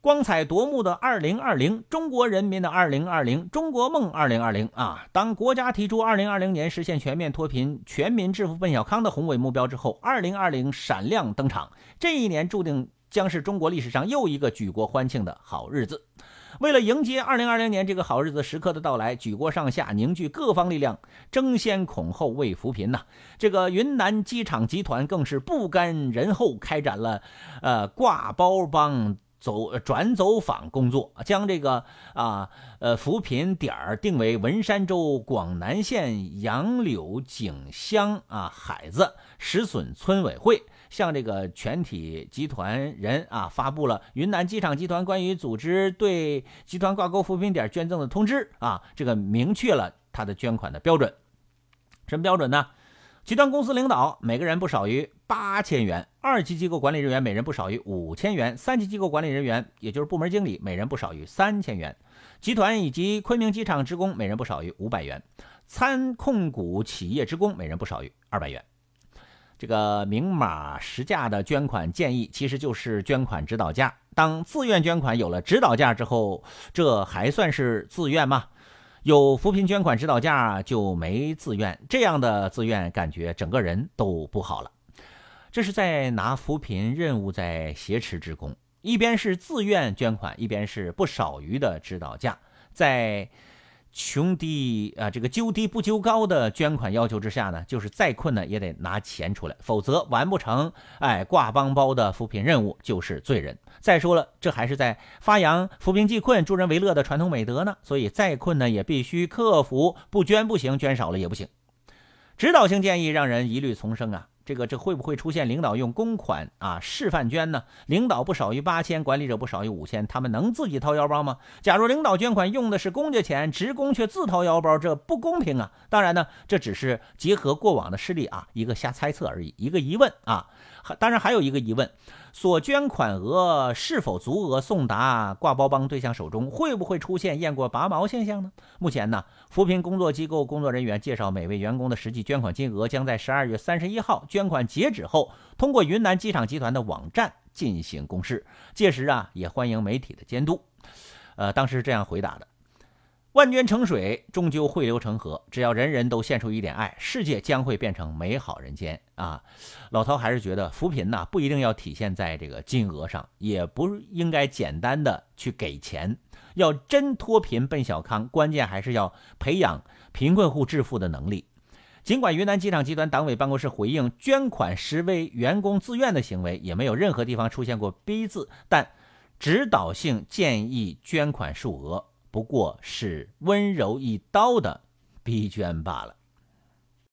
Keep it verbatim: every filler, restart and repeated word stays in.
光彩夺目的二零二零，中国人民的二零二零，中国梦二零二零啊！当国家提出二零二零年实现全面脱贫、全民致富奔小康的宏伟目标之后，二零二零闪亮登场。这一年注定将是中国历史上又一个举国欢庆的好日子。为了迎接二零二零年这个好日子时刻的到来，举国上下凝聚各方力量，争先恐后为扶贫呐、啊。这个云南机场集团更是不甘人后，开展了呃挂包帮走转走访工作，将这个啊呃扶贫点儿定为文山州广南县杨柳井乡啊海子石笋村委会，向这个全体集团人啊发布了云南机场集团关于组织对集团挂钩扶贫点捐赠的通知啊，这个明确了他的捐款的标准。什么标准呢？集团公司领导每个人不少于八千元，二级机构管理人员每人不少于五千元，三级机构管理人员也就是部门经理每人不少于三千元，集团以及昆明机场职工每人不少于五百元，参控股企业职工每人不少于二百元。这个明码实价的捐款建议其实就是捐款指导价，当自愿捐款有了指导价之后，这还算是自愿吗？有扶贫捐款指导价就没自愿，这样的自愿感觉整个人都不好了。这是在拿扶贫任务在挟持职工，一边是自愿捐款，一边是不少于的指导价，在穷低啊这个究低不究高的捐款要求之下呢，就是再困难也得拿钱出来，否则完不成哎挂帮包的扶贫任务就是罪人。再说了，这还是在发扬扶贫济困、助人为乐的传统美德呢，所以再困难也必须克服，不捐不行，捐少了也不行。指导性建议让人疑虑丛生啊。这个这会不会出现领导用公款啊示范捐呢？领导不少于八千，管理者不少于五千，他们能自己掏腰包吗？假如领导捐款用的是公家钱，职工却自掏腰包，这不公平啊！当然呢，这只是结合过往的事例啊，一个瞎猜测而已，一个疑问啊。当然还有一个疑问，所捐款额是否足额送达挂包帮对象手中，会不会出现雁过拔毛现象呢？目前呢，扶贫工作机构工作人员介绍，每位员工的实际捐款金额将在十二月三十一号捐款截止后，通过云南机场集团的网站进行公示。届时啊，也欢迎媒体的监督。呃，当时这样回答的：万捐成水，终究汇流成河。只要人人都献出一点爱，世界将会变成美好人间啊！老陶还是觉得扶贫呐，不一定要体现在这个金额上，也不应该简单的去给钱。要真脱贫奔小康，关键还是要培养贫困户致富的能力。尽管云南机场集团党委办公室回应捐款实为员工自愿的行为，也没有任何地方出现过逼字，但指导性建议捐款数额不过是温柔一刀的逼捐罢了。